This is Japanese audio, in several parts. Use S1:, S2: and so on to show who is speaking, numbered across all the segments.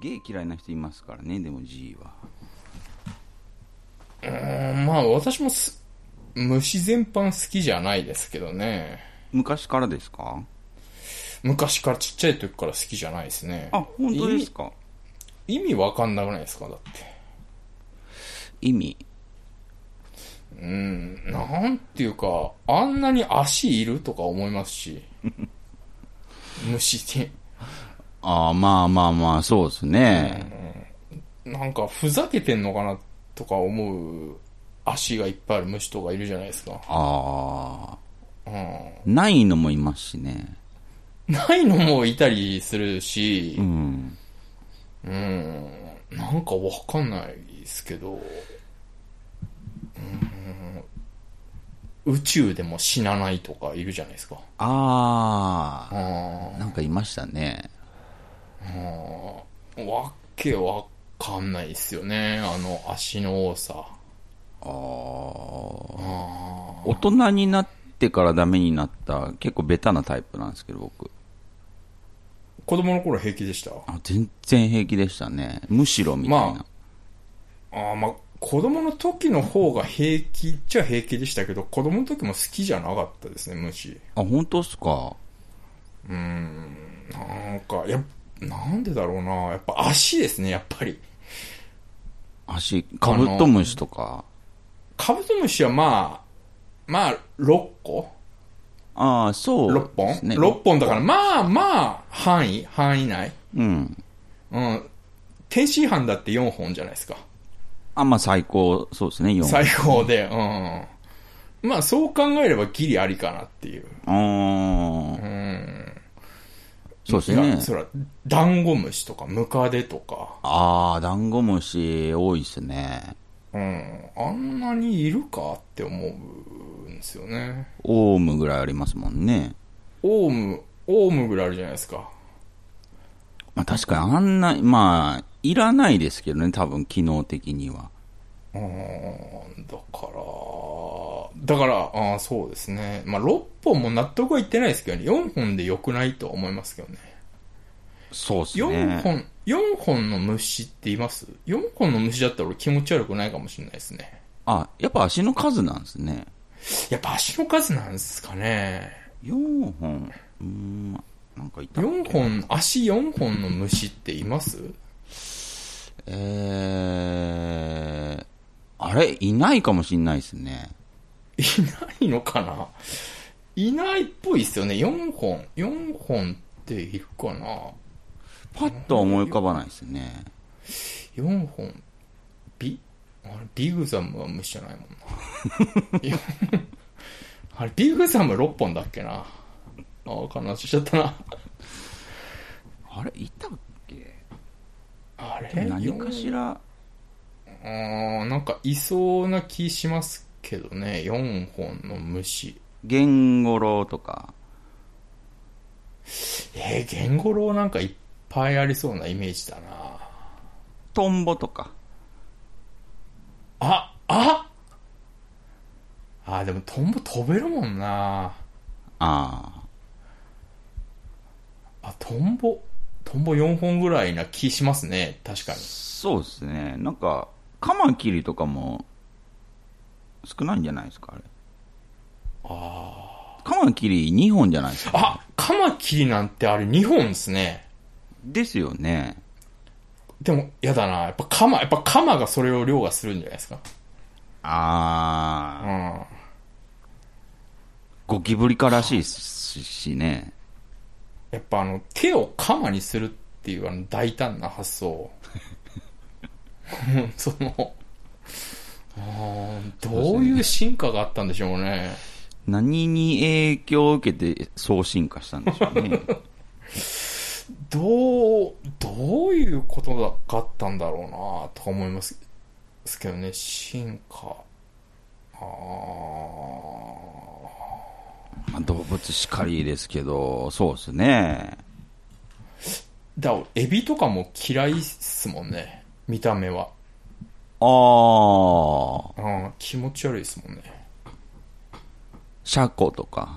S1: げえ嫌いな人いますからね、でも G は。
S2: まあ私も虫全般好きじゃないですけどね。
S1: 昔からですか？
S2: 昔からちっちゃい時から好きじゃないですね。
S1: あ、本当ですか？
S2: 意味わかんなくないですかだって。
S1: 意味。
S2: なんていうか、あんなに足いるとか思いますし。虫に。
S1: ああ、まあまあまあ、そうですね。
S2: なんかふざけてんのかなとか思う足がいっぱいある虫とかいるじゃないですか。
S1: ああ。ないのもいますしね。
S2: ないのもいたりするし、
S1: うん。
S2: なんかわかんないですけど、宇宙でも死なないとかいるじゃないですか。
S1: ああ。なんかいましたね。
S2: わけわかんないですよね、あの足の多さ。
S1: ああ。大人になってからダメになった結構ベタなタイプなんですけど、僕。
S2: 子供の頃平気でした。
S1: 全然平気でしたね。むしろみたいな。
S2: まあ、子供の時の方が平気っちゃ平気でしたけど、子供の時も好きじゃなかったですね、虫。
S1: あ、本当っすか？
S2: なんか、なんでだろうな。やっぱ足ですね、やっぱり。
S1: 足、カブトムシとか。
S2: カブトムシはまあ、6個
S1: ああ、そ
S2: 6本
S1: うですね。
S2: 6本だから、まあ、範囲内。
S1: うん。
S2: 天津飯だって4本じゃないですか。
S1: あ、まあ最高、そうですね、4。
S2: 最高で、まあ、そう考えればギリありかなっていう。
S1: そうですね。
S2: そら、ダンゴムシとかムカデとか。
S1: ああ、ダンゴムシ多いですね。
S2: あんなにいるかって思うんですよね。
S1: オウムぐらいありますもんね。
S2: オウムぐらいあるじゃないですか。
S1: まあ確かにあんな、まあ、いらないですけどね、多分機能的には。
S2: だから、そうですね。まあ、6本も納得はいってないですけどね。4本で良くないと思いますけどね。
S1: そうっす
S2: 4
S1: ね。
S2: 本の虫っています？ 4 本の虫だったら俺気持ち悪くないかもしれないですね。
S1: あ、やっぱ足の数なんですね。
S2: やっぱ足の数なんですかね。
S1: 4本。なんかいたっけ？
S2: 足4本の虫っています？
S1: あれいないかもしんないですね。
S2: いないのかな。いないっぽいっすよね。4本っているかな。
S1: パッとは思い浮かばないですね。
S2: 4本。ビグザムは虫じゃないもんな。あれ、ビグザム6本だっけな。悲しちゃったな。
S1: あれいたっけ？
S2: あれ
S1: 何かしら。
S2: なんかいそうな気しますけどね。4本の虫。
S1: ゲンゴロウとか。
S2: ゲンゴロウなんかいっぱいありそうなイメージだな。
S1: トンボとか。
S2: でもトンボ飛べるもんな。トンボ4本ぐらいな気しますね。確かに。
S1: そうですね。なんか、カマキリとかも少ないんじゃないですか、あれ。カマキリ2本じゃないですか。
S2: カマキリなんてあれ2本ですね。
S1: ですよね。
S2: でも、やだな。やっぱカマがそれを凌駕するんじゃないですか。
S1: ゴキブリからしいしね。
S2: やっぱ手をカマにするっていう大胆な発想。どういう進化があったんでしょうね。
S1: 何に影響を受けてそう進化したんでしょうね。
S2: どういうことがあったんだろうなとか思いますけどね。進化。
S1: まあ、動物しかりですけど、そうですね。
S2: エビとかも嫌いっすもんね。見た目は。気持ち悪いですもんね。
S1: シャコとか。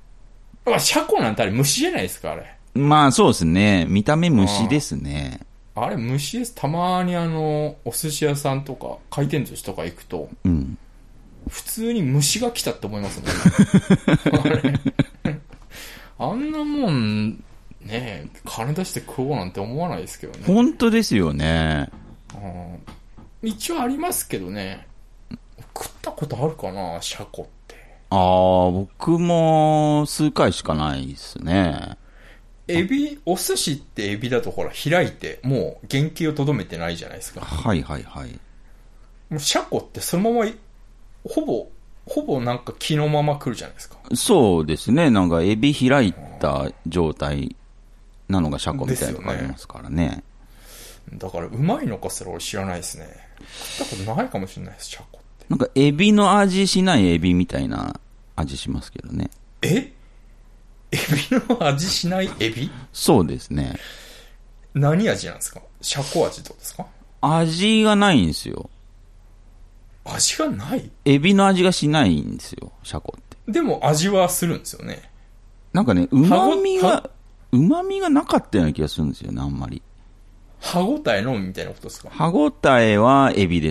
S2: シャコなんてあれ虫じゃないですか、あれ。
S1: まあそうですね。見た目虫ですね。
S2: あれ虫です。たまにお寿司屋さんとか回転寿司とか行くと、
S1: うん。
S2: 普通に虫が来たって思いますね。あれ。あんなもん、ね、金出して食おうなんて思わないですけどね。
S1: 本当ですよね。
S2: 一応ありますけどね。食ったことあるかな、シャコって。
S1: ああ、僕も数回しかないですね。
S2: エビ、お寿司ってエビだとほら開いて、もう原型をとどめてないじゃないですか。
S1: はいはいはい。
S2: もうシャコってそのまま、ほぼなんか木のまま来るじゃないですか。
S1: そうですね。なんかエビ開いた状態なのがシャコみたいなとこありますからね。
S2: だからうまいのかすら俺知らないですね。食ったことないかもしれないです、シャコって。
S1: なんかエビの味しないエビみたいな味しますけどね。
S2: エビの味しないエビ？
S1: そうですね。
S2: 何味なんですか？シャコ味ってことですか？
S1: 味がないんですよ。
S2: 味がない？
S1: エビの味がしないんですよ、シャコって。
S2: でも味はするんですよね。
S1: なんかね、旨味がなかったような気がするんですよね、あんまり。
S2: 歯ごたえのみみたいなことですか？
S1: 歯ごたえはエビです。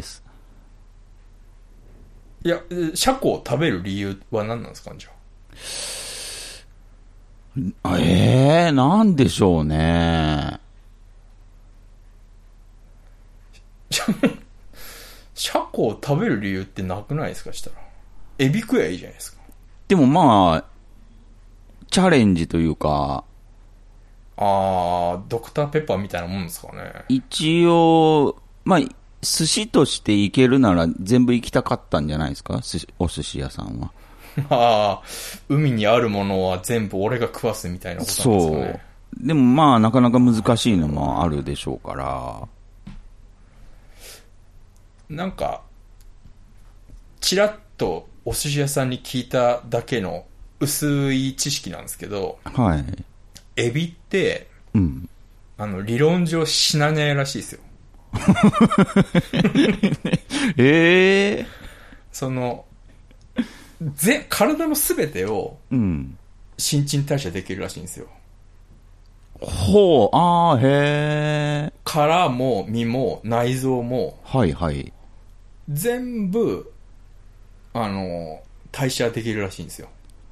S2: いや、シャコを食べる理由は何なんですか、じゃあ。
S1: なんでしょうね。
S2: シャコを食べる理由ってなくないですか、したら。エビ食えばいいじゃないですか。
S1: でもまあ、チャレンジというか、
S2: ドクターペッパーみたいなもんですかね。
S1: 一応、まあ、寿司として行けるなら全部行きたかったんじゃないですか、お寿司屋さんは。
S2: 海にあるものは全部俺が食わすみたいなことなんですかね。
S1: そう。でもまあ、なかなか難しいのもあるでしょうから。
S2: なんか、ちらっとお寿司屋さんに聞いただけの薄い知識なんですけど、
S1: はい。
S2: エビって、
S1: うん。
S2: 理論上死なないらしいですよ。その、体のすべてを、
S1: うん。
S2: 新陳代謝できるらしいんですよ。
S1: ほう、へえ。
S2: 殻も身も内臓も、
S1: はいはい。
S2: 全部、代謝できるらしいんですよ。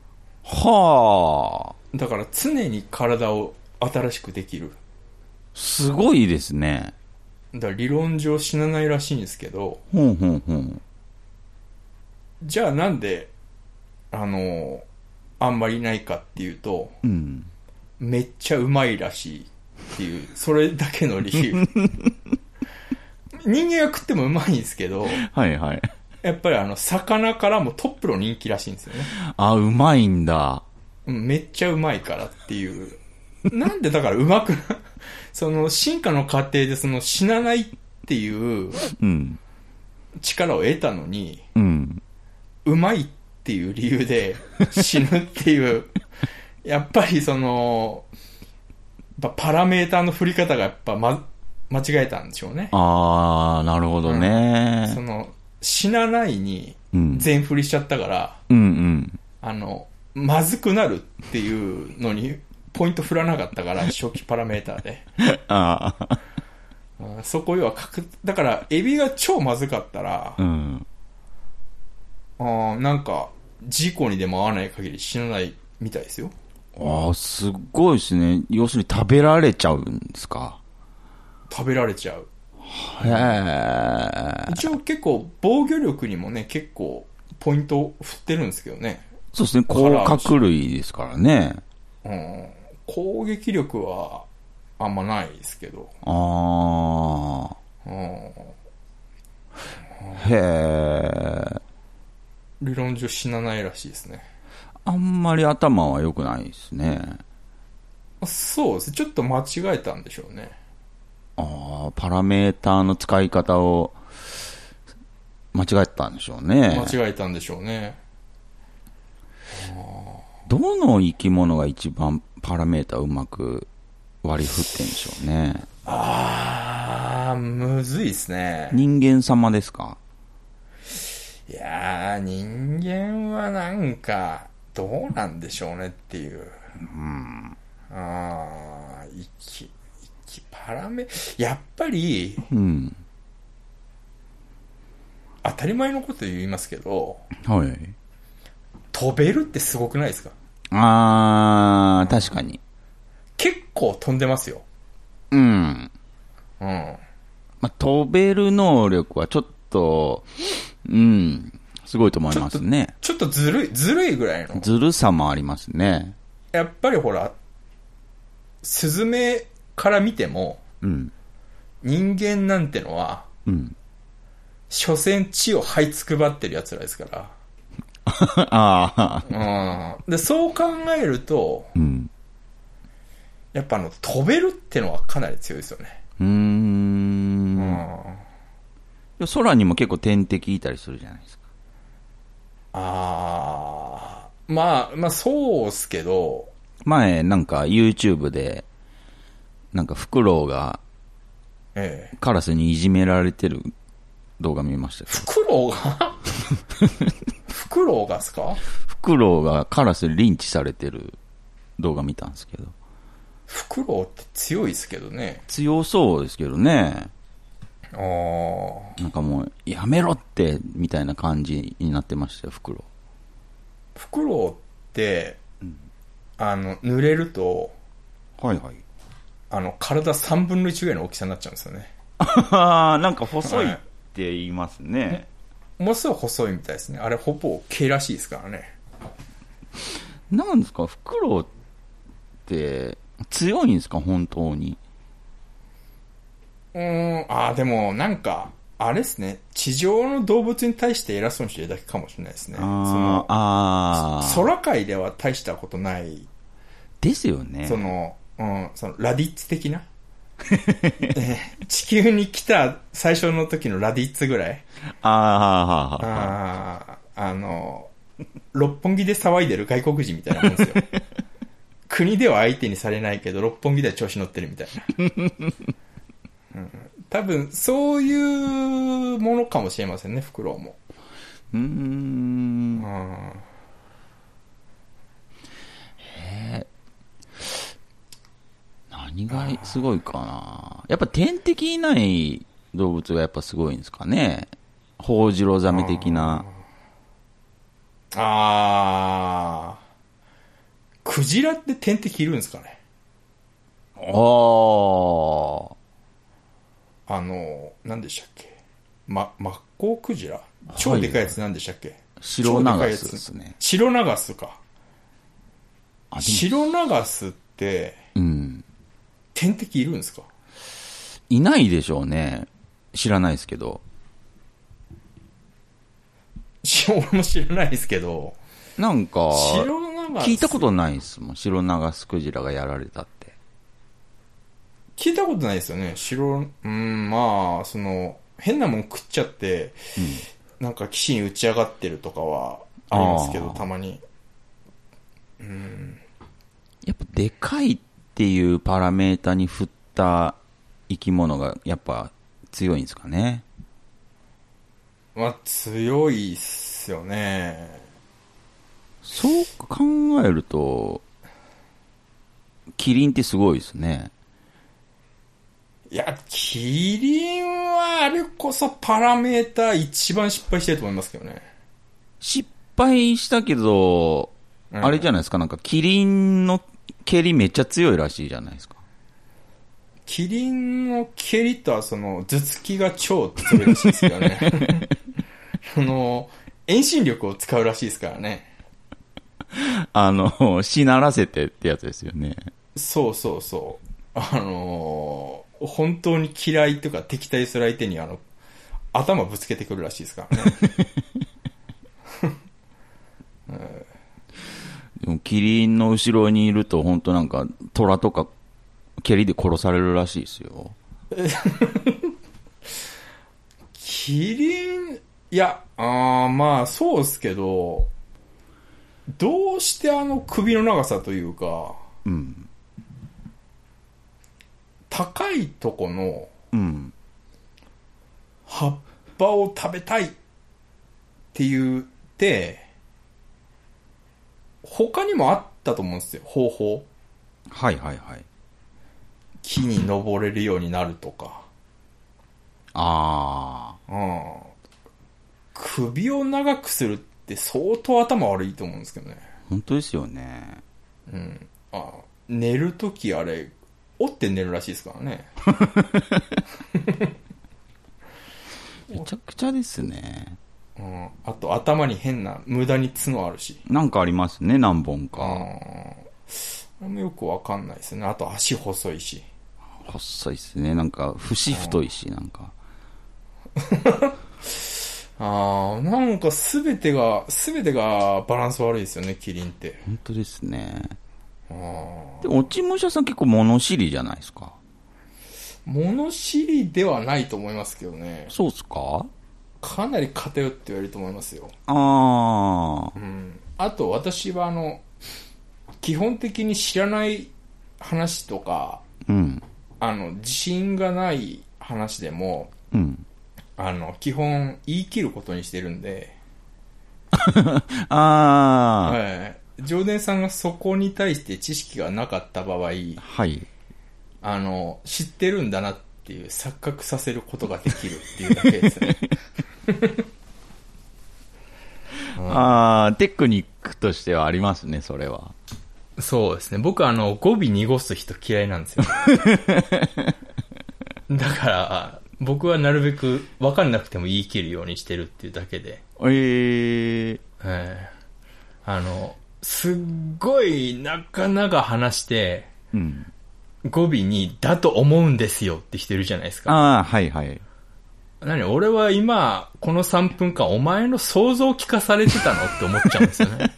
S1: はあ。
S2: だから常に体を新しくできる。
S1: すごいですね。
S2: だから理論上死なないらしいんですけど、
S1: ほんほんほん。
S2: じゃあなんで、あんまりないかっていうと、
S1: うん。
S2: めっちゃうまいらしいっていう、それだけの理由。人間が食ってもうまいんですけど、
S1: はいはい。
S2: やっぱり魚からもトップの人気らしいんですよね。
S1: あ、うまいんだ。
S2: めっちゃうまいからっていう。なんでだからうまくな、その進化の過程でその死なないっていう力を得たのに、
S1: うん。
S2: うまいっていう理由で死ぬっていう、やっぱりその、パラメーターの振り方がやっぱ間違えたんでしょうね。
S1: あー、なるほどね。
S2: その、死なないに全振りしちゃったから、
S1: うんうん。
S2: まずくなるっていうのにポイント振らなかったから、初期パラメーターで。
S1: あ
S2: そこ要はだから、エビが超まずかったら、
S1: うん。
S2: なんか、事故にでも合わない限り死なないみたいですよ。
S1: すっごいですね。要するに食べられちゃうんですか。
S2: 食べられちゃう。
S1: へー。
S2: 一応結構防御力にもね、結構ポイントを振ってるんですけどね。
S1: そうですね。甲殻類ですからね。
S2: 攻撃力はあんまないですけど。
S1: へー。
S2: 理論上死なないらしいですね。
S1: あんまり頭は良くないですね。
S2: そうです。ちょっと間違えたんでしょうね。
S1: パラメーターの使い方を間違えたんでしょうね。
S2: 間違えたんでしょうね。
S1: どの生き物が一番パラメーターうまく割り振ってんでしょうね。
S2: むずいですね。
S1: 人間様ですか？
S2: いやー、人間はなんか、どうなんでしょうねっていう。生きやっぱり、
S1: うん。
S2: 当たり前のこと言いますけど、
S1: はい。
S2: 飛べるってすごくないですか？
S1: 確かに。
S2: 結構飛んでますよ。
S1: うん。
S2: うん。
S1: まあ、飛べる能力はちょっと、うん、すごいと思いますね。
S2: ちょっとずるいぐらいの。
S1: ずるさもありますね。
S2: やっぱりほら、スズメから見ても、
S1: うん。
S2: 人間なんてのは、
S1: うん。
S2: 所詮地を這いつくばってる奴らですから。
S1: ああ。
S2: うん。で、そう考えると、
S1: うん。
S2: やっぱ飛べるってのはかなり強いですよね。うん。
S1: 空にも結構天敵いたりするじゃないですか。
S2: まあ、そうっすけど。
S1: 前、なんか YouTube で、なんかフクロウが、カラスにいじめられてる動画見ましたけど。
S2: フクロウがフクロウがっすか？
S1: フクロウがカラスにリンチされてる動画見たんですけど。
S2: フクロウって強いですけどね。
S1: 強そうですけどね。
S2: なん
S1: かもう、やめろって、みたいな感じになってましたよ、フクロウ。
S2: フクロウって、濡れると、
S1: はいはい。
S2: 体3分の1ぐらいの大きさになっちゃうんですよね。
S1: なんか細いって言いますね。
S2: ものすごい細いみたいですね。あれほぼ毛らしいですからね。
S1: なんですか、フクロウって強いんですか、本当に。
S2: でもなんか、あれですね。地上の動物に対して偉そうにしてるだけかもしれないですね。空界では大したことない。
S1: ですよね。
S2: そのラディッツ的な地球に来た最初の時のラディッツぐらい。六本木で騒いでる外国人みたいなもんですよ。国では相手にされないけど、六本木では調子乗ってるみたいな。多分、そういうものかもしれませんね、フクロウも。
S1: 何がすごいかな。やっぱ天敵いない動物がやっぱすごいんですかね。ホウジロザメ的な。
S2: クジラって天敵いるんですかね。何でしたっけ。マッコウクジラ、超でかいやつ何でしたっけ。
S1: 白ナガスですね。
S2: 白ナガスか。白ナガスって、天敵いるんですか？
S1: いないでしょうね。知らないですけど。
S2: 俺も知らないですけど。
S1: なんか、聞いたことないですもん。白ナガスクジラがやられたって。
S2: 聞いたことないですよね。まあ、変なもん食っちゃって、なんか岸に打ち上がってるとかはありますけど、たまに。
S1: やっぱでかいっていうパラメータに振った生き物がやっぱ強いんですかね。
S2: まあ、強いっすよね。
S1: そう考えると、キリンってすごいですね。
S2: いや、キリンはあれこそパラメータ一番失敗してると思いますけどね。
S1: 失敗したけど、あれじゃないですか、なんかキリンの蹴りめっちゃ強いらしいじゃないですか。
S2: キリンの蹴りとは頭突きが超強いらしいですけどね。遠心力を使うらしいですからね。
S1: しならせてってやつですよね。
S2: そうそうそう。本当に嫌いとか敵対する相手に頭ぶつけてくるらしいですからね。
S1: でもキリンの後ろにいると本当なんか虎とか蹴りで殺されるらしいですよ。
S2: キリン、いや、まあそうですけど、どうして首の長さというか、高いとこの葉っぱを食べたいって言って、他にもあったと思うんですよ、方法。
S1: はいはいはい。
S2: 木に登れるようになるとか。
S1: ああ。
S2: うん。首を長くするって相当頭悪いと思うんですけどね。
S1: 本当ですよね。
S2: うん。寝るときあれ、折って寝るらしいですからね。
S1: めちゃくちゃですね。
S2: うん。あと頭に変な無駄に角あるし。
S1: なんかありますね、何本か。
S2: あんまよくわかんないですね。あと足細いし。
S1: 細いですね。なんか節太いし、なんか。
S2: なんかすべてがバランス悪いですよね、キリンって。
S1: 本当ですね。でも、落ち武者さん結構物知りじゃないですか。
S2: 物知りではないと思いますけどね。
S1: そうっすか？
S2: かなり偏って言われると思いますよ。
S1: うん。
S2: あと私は基本的に知らない話とか、
S1: うん。
S2: 自信がない話でも、
S1: うん。
S2: 基本言い切ることにしてるんで。
S1: はい。
S2: 上田さんがそこに対して知識がなかった場合、はい。知ってるんだなっていう錯覚させることができるっていうだけですね。
S1: テクニックとしてはありますね、それは。
S2: そうですね。僕語尾濁す人嫌いなんですよ。だから、僕はなるべく分かんなくても言い切るようにしてるっていうだけで。すっごいなかなか話して、
S1: うん、
S2: 語尾にだと思うんですよって人いるじゃないですか。
S1: はいはい。
S2: 俺は今、この3分間お前の想像聞かされてたのって思っちゃうんですよね。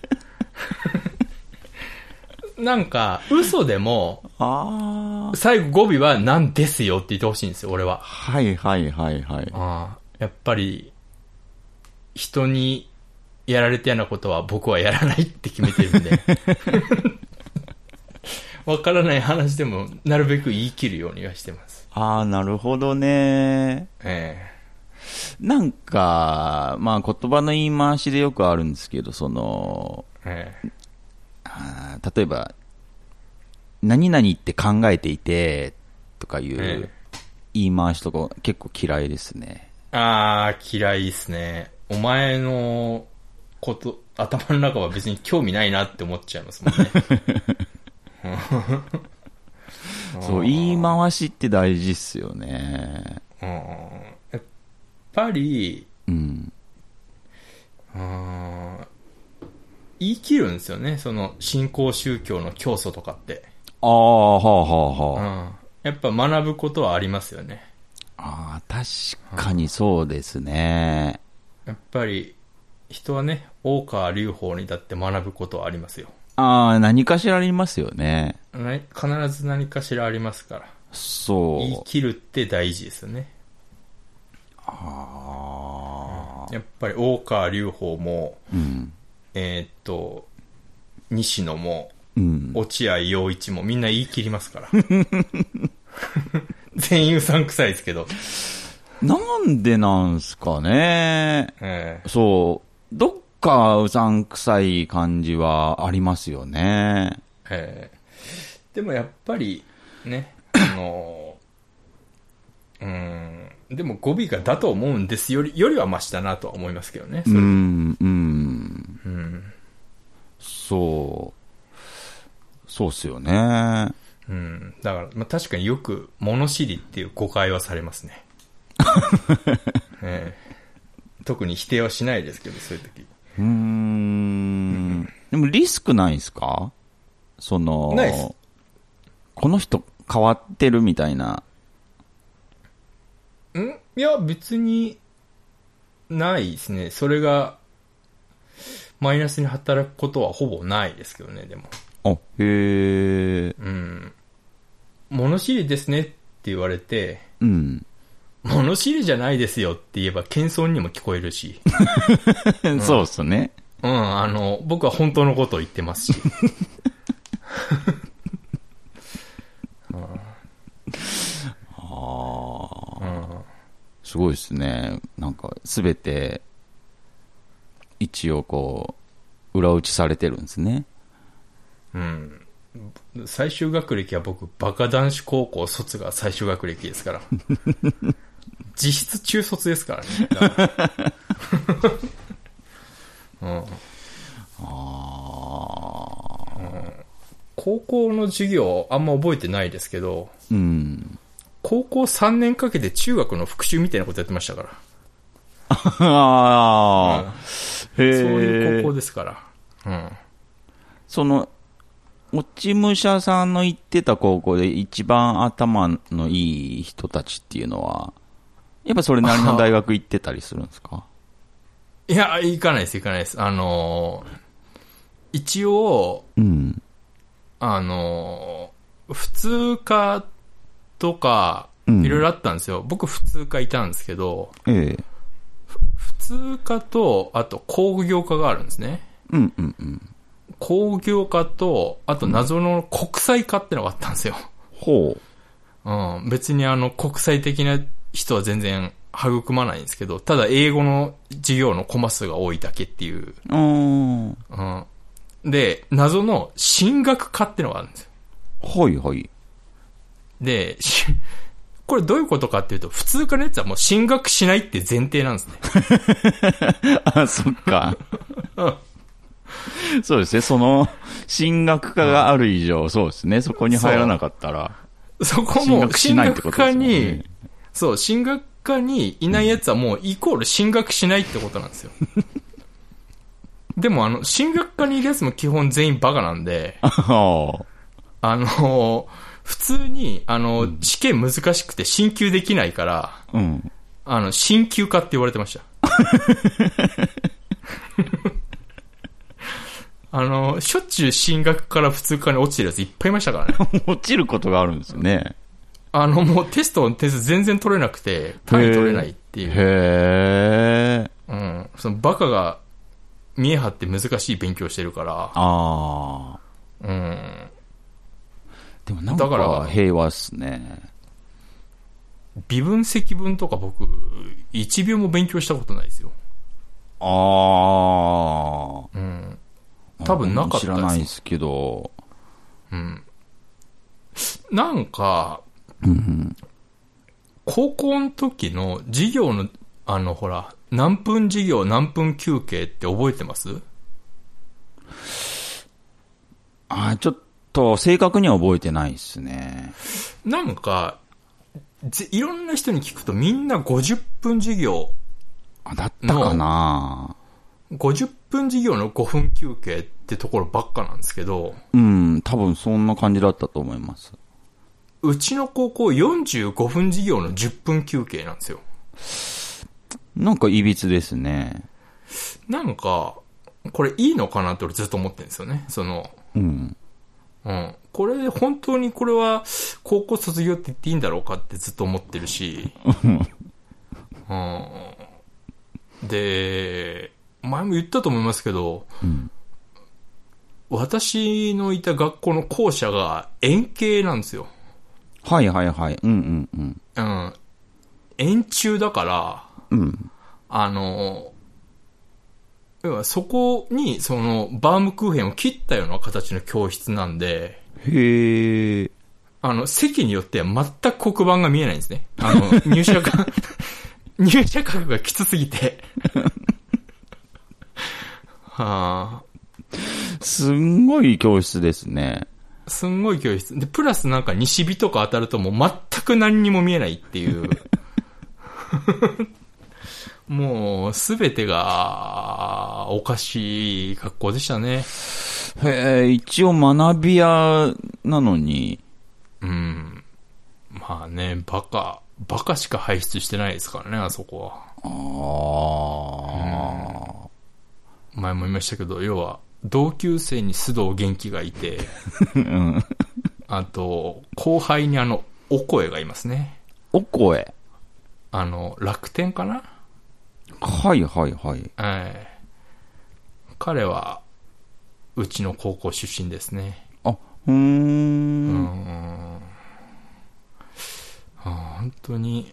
S2: なんか、嘘でも、最後語尾はなんですよって言ってほしいんですよ、俺は。
S1: はいはいはいはい。
S2: やっぱり、人にやられたようなことは僕はやらないって決めてるんで。わからない話でも、なるべく言い切るようにはしてます。
S1: なるほどね。なんか、まあ言葉の言い回しでよくあるんですけど、例えば、何々って考えていて、とかいう言い回しとか結構嫌いですね。
S2: 嫌いですね。お前の頭の中は別に興味ないなって思っちゃいますもんね。
S1: そう、言い回しって大事っすよね。
S2: やっぱり、言い切るんですよね、その新興宗教の教祖とかって。やっぱ学ぶことはありますよね。
S1: 確かにそうですね。
S2: やっぱり人はね、大川隆法にだって学ぶことはありますよ。
S1: 何かしらありますよね。
S2: 必ず何かしらありますから。
S1: そう。
S2: 言い切るって大事ですよね。やっぱり大川隆法も、西野も、落合陽一もみんな言い切りますから。全員うさんくさいですけど。
S1: なんでなんすかね。そう。どっかうさんくさい感じはありますよね。
S2: でもやっぱり、ね、でも語尾がだと思うんですよりはマシだなとは思いますけどね。
S1: そうっすよね。
S2: だから、確かによく物知りっていう誤解はされますね。特に否定はしないですけど、そういう時。
S1: でもリスクないんすか？
S2: ないです。
S1: この人変わってるみたいな。
S2: いや、別に、ないですね。それが、マイナスに働くことはほぼないですけどね、でも。物知りですねって言われて、物知りじゃないですよって言えば謙遜にも聞こえるし。
S1: そうっすね。
S2: 僕は本当のことを言ってますし。
S1: すごいですね。なんかすべて一応こう裏打ちされてるんですね。
S2: 最終学歴は僕、バカ男子高校卒が最終学歴ですから。実質中卒ですからね。うん、高校の授業あんま覚えてないですけど、
S1: うん、
S2: 高校3年かけて中学の復習みたいなことやってましたから。
S1: ああ、
S2: うん、そういう高校ですから。うん、
S1: その落ち武者さんの行ってた高校で一番頭のいい人たちっていうのは、やっぱそれなりの大学行ってたりするんですか？
S2: いや、行かないです。一応、
S1: うん、
S2: 普通科とか、いろいろあったんですよ。僕普通科いたんですけど、普通科と、あと工業科があるんですね。
S1: うんうんうん。
S2: 工業科と、あと謎の国際科ってのがあったんですよ。
S1: ほ
S2: う。うん。別に国際的な人は全然育まないんですけど、ただ英語の授業のコマ数が多いだけっていう。うん。で、謎の進学科ってのがあるんですよ。
S1: はいはい。
S2: で、これどういうことかっていうと、普通科のやつはもう進学しないって前提なんですね。
S1: あ、そっか。そうですね。その、進学科がある以上、そうですね。そこに入らなかったら。
S2: そこも、進学科に、そう、進学科にいないやつはもうイコール進学しないってことなんですよ。でも進学科にいるやつも基本全員バカなんで、普通に、試験難しくて進級できないから、
S1: うん、
S2: 進級科って言われてました。しょっちゅう進学から普通科に落ちてるやついっぱいいましたからね。
S1: 落ちることがあるんですよね。
S2: もうテストの点数全然取れなくて、単位取れないっていう。
S1: へー。
S2: うん。そのバカが見え張って難しい勉強してるから。
S1: あー。
S2: うん。
S1: でもなんか平和っすね。
S2: 微分積分とか僕、1秒も勉強したことないですよ。
S1: あー。
S2: うん。多分なかったです。
S1: 知らないですけど。
S2: うん。なんか、
S1: うん、
S2: 高校の時の授業の、ほら、何分授業何分休憩って覚えてます？
S1: ちょっと正確には覚えてないですね。
S2: なんか、いろんな人に聞くとみんな50分授業
S1: だったかな。
S2: 50分授業の5分休憩ってところばっかなんですけど。
S1: うん、多分そんな感じだったと思います。
S2: うちの高校45分授業の10分休憩なんですよ。
S1: なんかいびつですね。
S2: なんか、これいいのかなって俺ずっと思ってるんですよね。
S1: うん。
S2: うん。これで本当にこれは高校卒業って言っていいんだろうかってずっと思ってるし。うん。で、前も言ったと思いますけど、
S1: うん、
S2: 私のいた学校の校舎が円形なんですよ。
S1: はいはいはい。うんうんうん。
S2: うん。円柱だから、
S1: うん。
S2: 要はそこにバームクーヘンを切ったような形の教室なんで、
S1: へー。
S2: 席によっては全く黒板が見えないんですね。入社格がきつすぎて。はあ。
S1: すんごい教室ですね。
S2: すんごい教室。で、プラスなんか西日とか当たるともう全く何にも見えないっていう。もう、すべてがおかしい学校でしたね。
S1: へえ、一応学び屋なのに。
S2: うん。まあね、バカしか輩出してないですからね、あそこは。前も言いましたけど、要は、同級生に須藤元気がいて、
S1: うん、
S2: あと、後輩にお声がいますね。
S1: お声？
S2: 楽天かな？
S1: はいはいはい。
S2: 彼は、うちの高校出身ですね。
S1: 本
S2: 当に、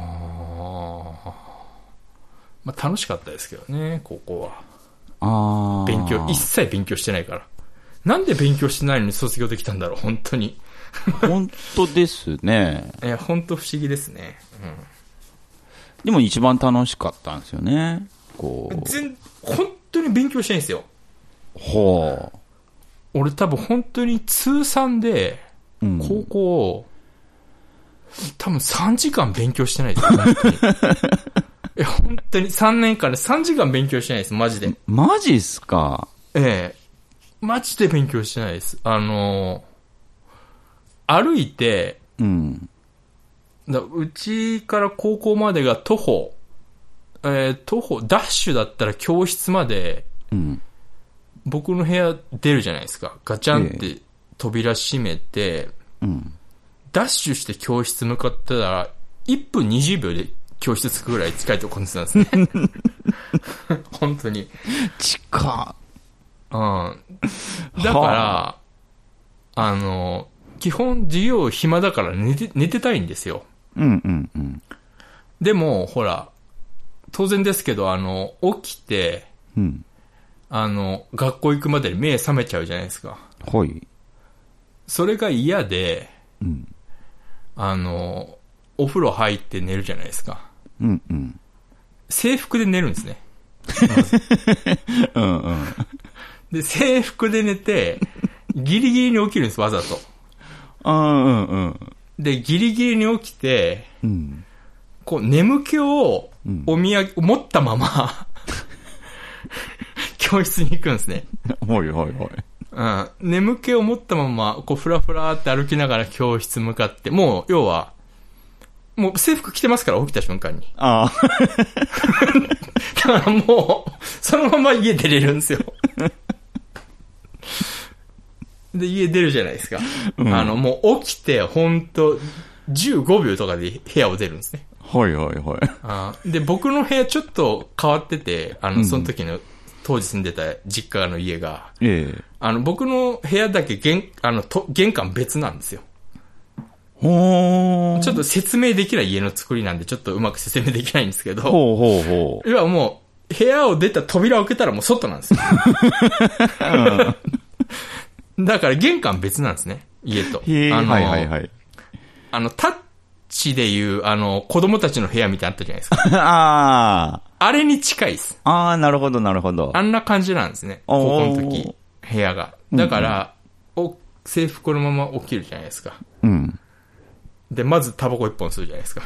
S2: まあ楽しかったですけどね、高校は。一切勉強してないから。 なんで勉強してないのに卒業できたんだろう、本当に。
S1: 本当ですね。
S2: 本当不思議ですね。
S1: でも一番楽しかったんですよね。こう。
S2: 本当に勉強してないんですよ。
S1: ほう。
S2: 俺多分本当に通算で、高校、多分3時間勉強してないですよ、本当に。本当に3年間で3時間勉強してないです、マジで。
S1: マジっすか？
S2: マジで勉強してないです。歩いて、うちから高校までが徒歩、ダッシュだったら教室まで、僕の部屋出るじゃないですか。ガチャンって扉閉めて、ダッシュして教室向かったら、1分20秒で教室着くぐらい近いところに住んでたんですね。本当に。
S1: 近っ。
S2: だから、基本授業暇だから寝てたいんですよ。でも、ほら、当然ですけど、起きて、学校行くまでに目覚めちゃうじゃないですか。
S1: はい。
S2: それが嫌で、お風呂入って寝るじゃないですか。制服で寝るんですね。で、制服で寝て、ギリギリに起きるんです、わざと。で、ギリギリに起きて、こう、眠気を持ったまま、教室に行くんですね。眠気を持ったまま、こう、ふらふらって歩きながら教室向かって、もう、要は、もう制服着てますから、起きた瞬間に。だからもう、そのまま家出れるんですよ。で、家出るじゃないですか。もう起きて、ほんと、15秒とかで部屋を出るんですね。で、僕の部屋ちょっと変わってて、その時の、当時住んでた実家の家が、僕の部屋だけ玄関別なんですよ。ちょっと説明できない家の作りなんで、ちょっとうまく説明できないんですけど、要はもう、部屋を出た扉を開けたらもう外なんですよ。だから玄関別なんですね、家と。タッチでいう、子供たちの部屋みたいなのあったじゃないですか。あれに近いです。
S1: なるほど、なるほど。
S2: あんな感じなんですね、高校の時、部屋が。だから、制服のまま起きるじゃないですか。で、まずタバコ一本吸うじゃないですか。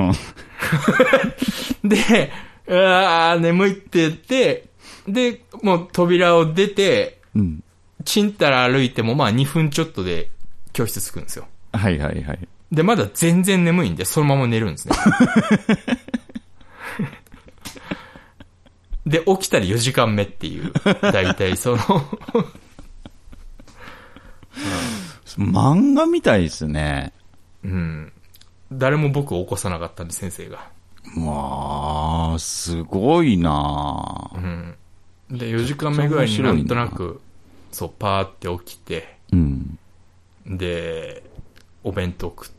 S2: で、眠いって言って、で、もう扉を出て、ちんたら歩いてもまあ2分ちょっとで教室着くんですよ。で、まだ全然眠いんで、そのまま寝るんですね。で、起きたら4時間目っていう、だいたいその
S1: 漫画みたいですね。
S2: 誰も僕を起こさなかったんで、先生が。
S1: わー、すごいな
S2: で、4時間目ぐらいになんとなく、そう、パーって起きて、で、お弁当食って、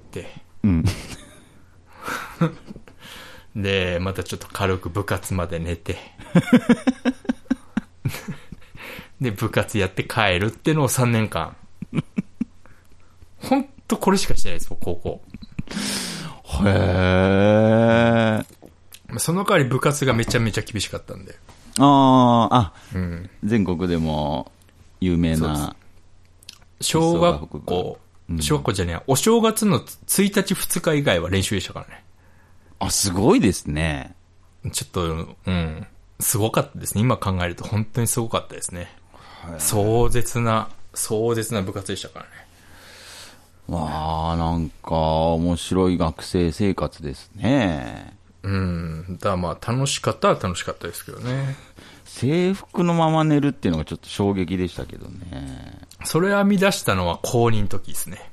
S2: で、またちょっと軽く部活まで寝て、で、部活やって帰るっていうのを3年間。ほんとこれしかしてないですよ、高校。その代わり部活がめちゃめちゃ厳しかったんで。
S1: 全国でも有名な。
S2: 小学校じゃねえ、お正月の1日2日以外は練習でしたからね。
S1: すごいですね。
S2: ちょっと、すごかったですね。今考えると本当にすごかったですね。壮絶な部活でしたからね。
S1: なんか面白い学生生活ですね。
S2: だまあ楽しかったは楽しかったですけどね。
S1: 制服のまま寝るっていうのがちょっと衝撃でしたけどね。
S2: それ編み出したのは高2の時ですね。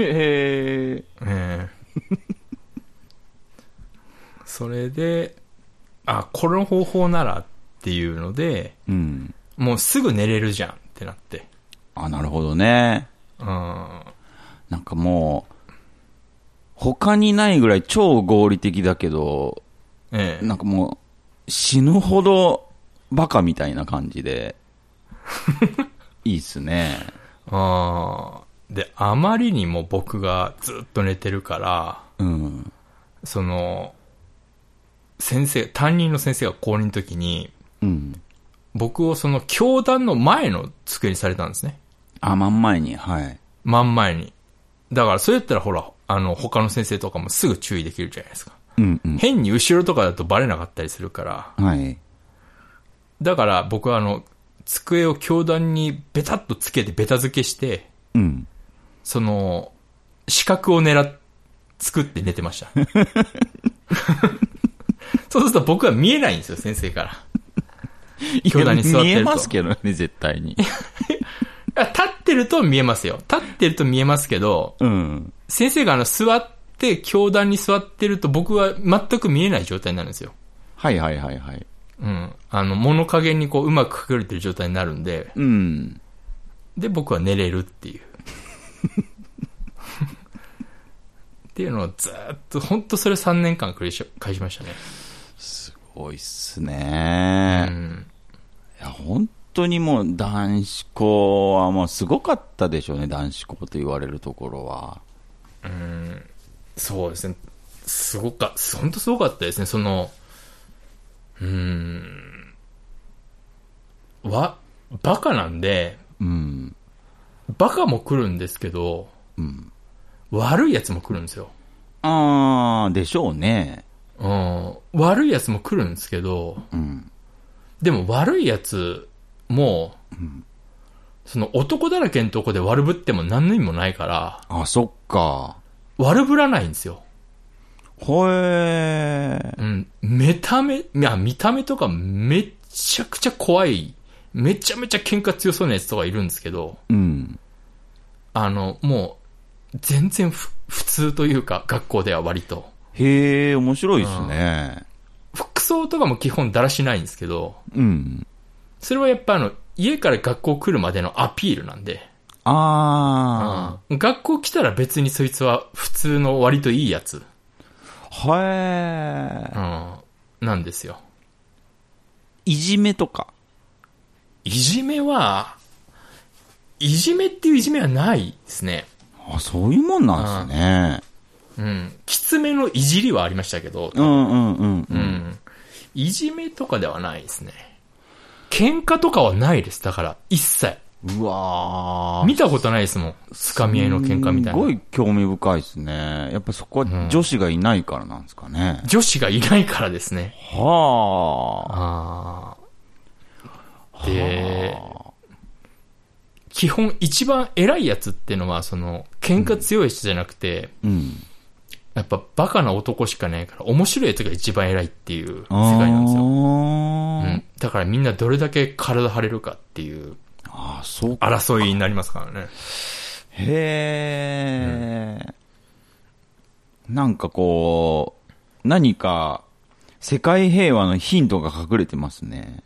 S2: それで、この方法ならっていうので、もうすぐ寝れるじゃんってなって。
S1: なるほどね。なんかもう、他にないぐらい超合理的だけど、なんかもう、死ぬほどバカみたいな感じで、 いいっすね。
S2: で、あまりにも僕がずっと寝てるから、
S1: うん。
S2: その、担任の先生が高2の時に、
S1: うん。
S2: 僕をその教壇の前の机にされたんですね。
S1: あ、真ん前に、はい。
S2: 真ん前に。だからそれやったらほら、他の先生とかもすぐ注意できるじゃないですか。
S1: うんうん。
S2: 変に後ろとかだとバレなかったりするから。
S1: はい。
S2: だから僕は机を教壇にベタっとつけてベタ付けして、
S1: うん。
S2: その、視覚を作って寝てました。そうすると僕は見えないんですよ、先生から。教壇に座ってると。
S1: 見えますけどね、絶対に。
S2: 立ってると見えますよ。立ってると見えますけど、
S1: うん。
S2: 先生が座って、教壇に座ってると僕は全く見えない状態になるんですよ。
S1: はいはいはいはい。
S2: うん。物陰にこううまく隠れてる状態になるんで、
S1: うん。
S2: で、僕は寝れるっていう。っていうのをずーっと、ほんとそれ3年間繰り返しましたね。
S1: すごいっすね。
S2: うん。
S1: いや、本当にもう男子校はもうすごかったでしょうね、男子校と言われるところは。
S2: そうですね。ほんとすごかったですね。バカなんで、
S1: うん。
S2: バカも来るんですけど、
S1: うん。
S2: 悪いやつも来るんですよ。
S1: でしょうね。
S2: うん。悪いやつも来るんですけど、
S1: うん。
S2: でも悪いやつも、その男だらけのとこで悪ぶっても何の意味もないから、
S1: あ、そっか。
S2: 悪ぶらないんですよ。
S1: ほえー。
S2: うん。見た目とかめちゃくちゃ怖い、めちゃめちゃ喧嘩強そうなやつとかいるんですけど、
S1: うん。
S2: もう、全然普通というか、学校では割と。
S1: へえ、面白いですね。
S2: 服装とかも基本だらしないんですけど、
S1: うん。
S2: それはやっぱ家から学校来るまでのアピールなんで。学校来たら別にそいつは普通の割といいやつ。なんですよ。
S1: いじめとか。
S2: いじめっていういじめはないですね。
S1: あ、そういうもんなんですね。
S2: うん。きつめのいじりはありましたけど。いじめとかではないですね。喧嘩とかはないです。だから、一切。
S1: うわー。
S2: 見たことないですもん。つかみ合いの喧嘩みたいな。
S1: すごい興味深いですね。やっぱそこは女子がいないからなんですかね。
S2: 女子がいないからですね。
S1: は
S2: あ。で、基本一番偉いやつっていうのは、喧嘩強い人じゃなくて、やっぱバカな男しかないから、面白いやつが一番偉いっていう世界なんですよ。だからみんなどれだけ体張れるかっていう、争いになりますからね。
S1: へー。なんかこう、何か世界平和のヒントが隠れてますね。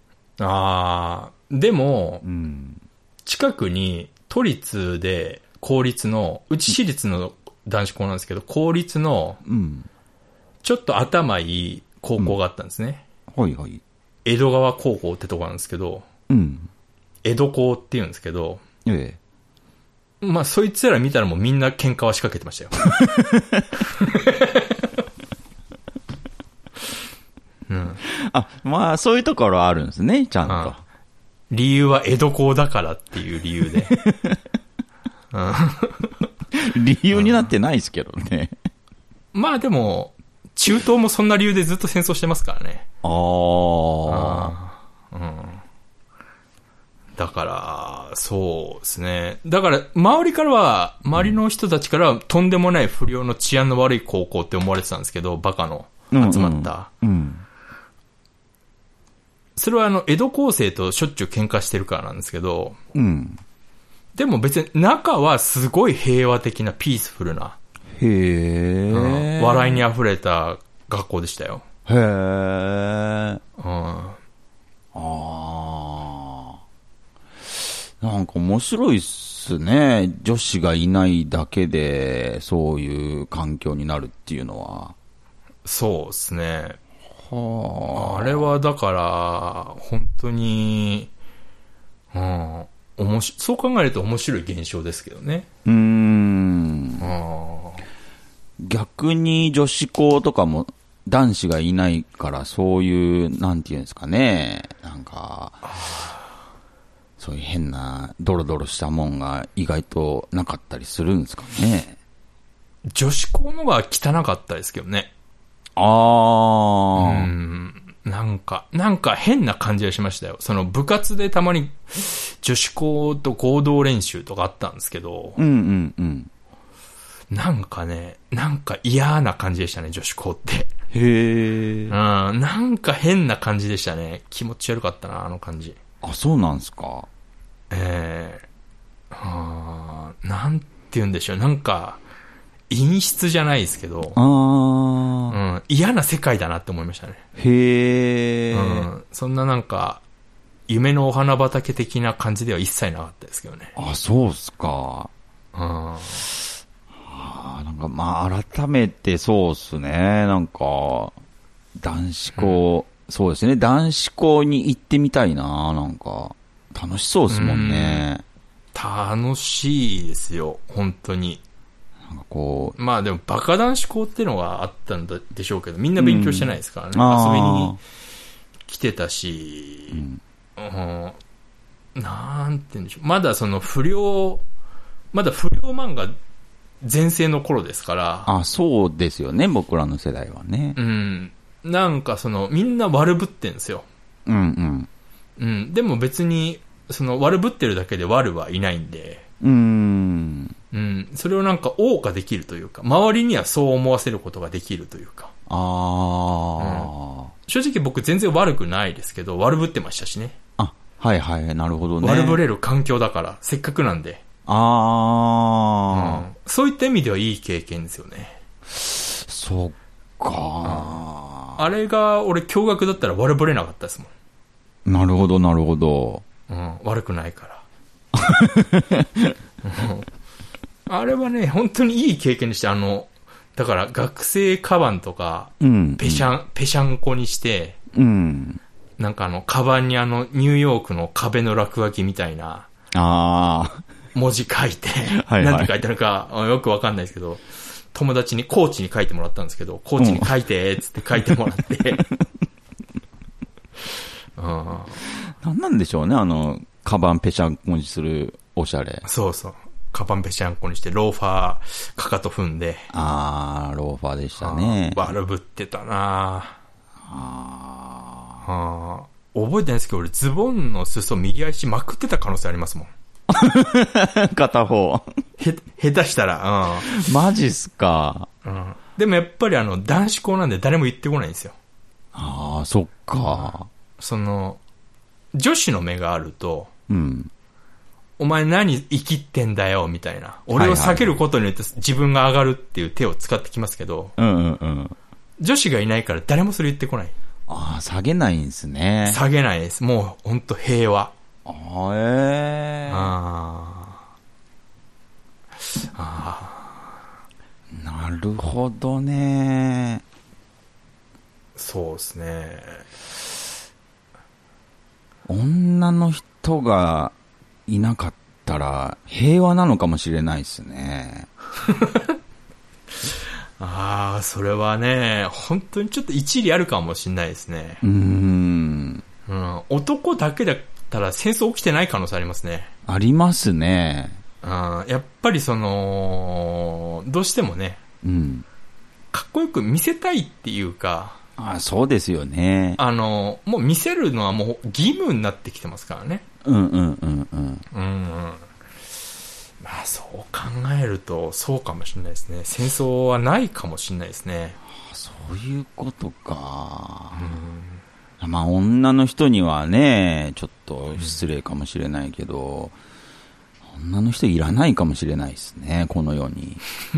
S2: でも、近くに都立で公立の、うち私立の男子校なんですけど、公立の、ちょっと頭いい高校があったんですね。
S1: はいはい。
S2: 江戸川高校ってとこなんですけど、江戸校って言うんですけど、まあそいつら見たらもうみんな喧嘩は仕掛けてましたよ。
S1: まあそういうところあるんですね、ちゃんと。
S2: 理由は江戸校だからっていう理由で。
S1: 理由になってないですけどね。
S2: まあでも、中東もそんな理由でずっと戦争してますからね。だから、そうですね。だから、周りの人たちからはとんでもない不良の治安の悪い高校って思われてたんですけど、バカの集まった。それは江戸高生としょっちゅう喧嘩してるからなんですけど、でも別に中はすごい平和的なピースフルな、笑いに溢れた学校でしたよ。
S1: なんか面白いっすね。女子がいないだけでそういう環境になるっていうのは。
S2: そうですね。あれはだから、本当に、 そう考えると面白い現象ですけどね。
S1: 逆に女子校とかも男子がいないからそういう、なんていうんですかね。なんか、そういう変なドロドロしたもんが意外となかったりするんですかね。
S2: 女子校のが汚かったですけどね。なんか変な感じがしましたよ。その部活でたまに女子校と合同練習とかあったんですけど、なんかね、なんか嫌な感じでしたね、女子校って。
S1: へー。
S2: なんか変な感じでしたね。気持ち悪かったな、あの感じ。
S1: あ、そうなんですか。
S2: なんて言うんでしょう、なんか、陰湿じゃないですけど、嫌な世界だなって思いましたね。
S1: へー。
S2: そんななんか、夢のお花畑的な感じでは一切なかったですけどね。
S1: あ、そうっすか。なんかまあ改めてそうっすね。なんか、男子校、そうですね。男子校に行ってみたいな。なんか、楽しそうですもんね。
S2: 楽しいですよ、本当に。
S1: なんかこう。
S2: まあでもバカ男子校ってのがあったんでしょうけど、みんな勉強してないですからね。遊びに来てたし、なんて言うんでしょう。まだ不良漫画全盛の頃ですから。
S1: あ、そうですよね、僕らの世代はね。
S2: なんかみんな悪ぶってんですよ。でも別に、悪ぶってるだけで悪はいないんで。それをなんか謳歌できるというか、周りにはそう思わせることができるというか。正直僕全然悪くないですけど、悪ぶってましたしね。
S1: あ、はいはい、なるほどね。
S2: 悪ぶれる環境だから、せっかくなんで。そういった意味ではいい経験ですよね。
S1: そっか、
S2: あれが俺驚愕だったら悪ぶれなかったですも
S1: ん。なるほどなるほど。
S2: 悪くないから。あれはね、本当にいい経験でした。だから学生カバンとか、ぺしゃんこにして、なんかカバンにニューヨークの壁の落書きみたいな、文字書いて、なんて書いてあるかよくわかんないですけど、友達に、コーチに書いてもらったんですけど、コーチに書いて、つって書いてもらって。
S1: なんなんでしょうね、カバンぺしゃんこにするおしゃれ。
S2: そうそう。カバンぺしゃんこにして、ローファー、かかと踏んで。
S1: ローファーでしたね。
S2: 悪ぶってたな覚えてないですけど、俺ズボンの裾右足まくってた可能性ありますもん。
S1: 片方。
S2: 下手したら、
S1: マジっすか。
S2: でもやっぱり男子校なんで誰も言ってこないんですよ。
S1: そっか。
S2: 女子の目があると、お前何生きってんだよ、みたいな。俺を避けることによって自分が上がるっていう手を使ってきますけど、女子がいないから誰もそれ言ってこない。
S1: 下げないんですね。
S2: 下げないです。もう、ほんと平和。
S1: なるほどね。
S2: そうですね。
S1: 女の人がいなかったら平和なのかもしれないですね。
S2: それはね、本当にちょっと一理あるかもしれないですね。男だけだったら戦争起きてない可能性ありますね。
S1: ありますね。
S2: やっぱりどうしてもね、かっこよく見せたいっていうか、
S1: そうですよね。
S2: もう見せるのはもう義務になってきてますからね。まあそう考えるとそうかもしれないですね。戦争はないかもしれないですね。
S1: そういうことか。まあ女の人にはね、ちょっと失礼かもしれないけど、女の人いらないかもしれないですね、この世に。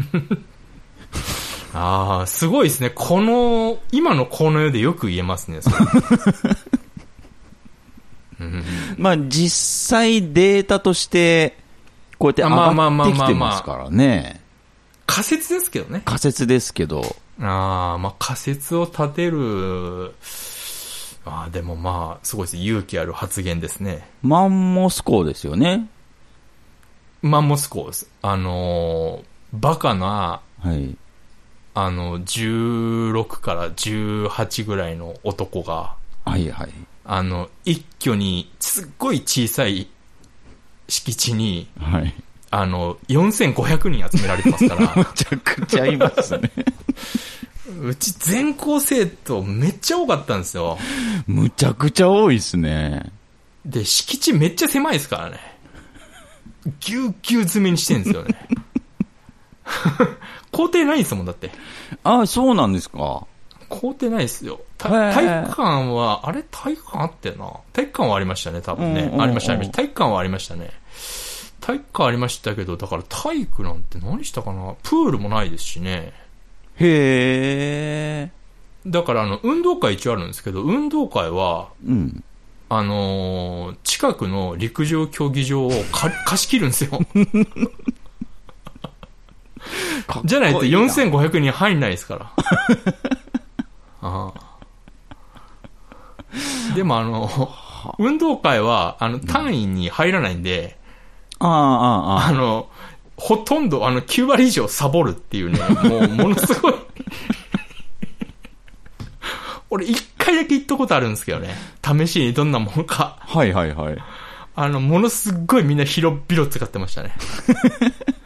S2: すごいですね。今のこの世でよく言えますね。
S1: まあ実際データとして、こうやって上がってきてますからね。
S2: 仮説ですけどね。
S1: 仮説ですけど。
S2: 仮説を立てるああ、でもまあ、すごいです。勇気ある発言ですね。
S1: マンモス校ですよね。
S2: マンモス校です。バカな、
S1: はい。
S2: 16から18ぐらいの男が、
S1: はいはい。
S2: 一挙に、すっごい小さい敷地に、
S1: はい。
S2: 4500人集められてますから。
S1: むちゃくちゃいますね。
S2: うち全校生徒めっちゃ多かったんですよ。
S1: むちゃくちゃ多いですね。
S2: で、敷地めっちゃ狭いですからね。ぎゅうぎゅう詰めにしてるんですよね。校庭ないですもん、だって。
S1: あ、そうなんですか。
S2: 校庭ないですよ。体育館は、あれ体育館あったよな。体育館はありましたね、多分ね。ありました、ありました。体育館はありましたね。体育館ありましたけど、だから体育なんて何したかな。プールもないですしね。
S1: へー。
S2: だから運動会一応あるんですけど、運動会は、
S1: うん。
S2: 近くの陸上競技場を貸し切るんですよ。じゃないと4500人入んないですから。ああ、でも運動会は単位に入らないんで、ほとんど9割以上サボるっていうね、ものすごい。俺1回だけ行ったことあるんですけどね。試しにどんなものか。
S1: はいはいはい。
S2: ものすっごいみんな広々使ってましたね。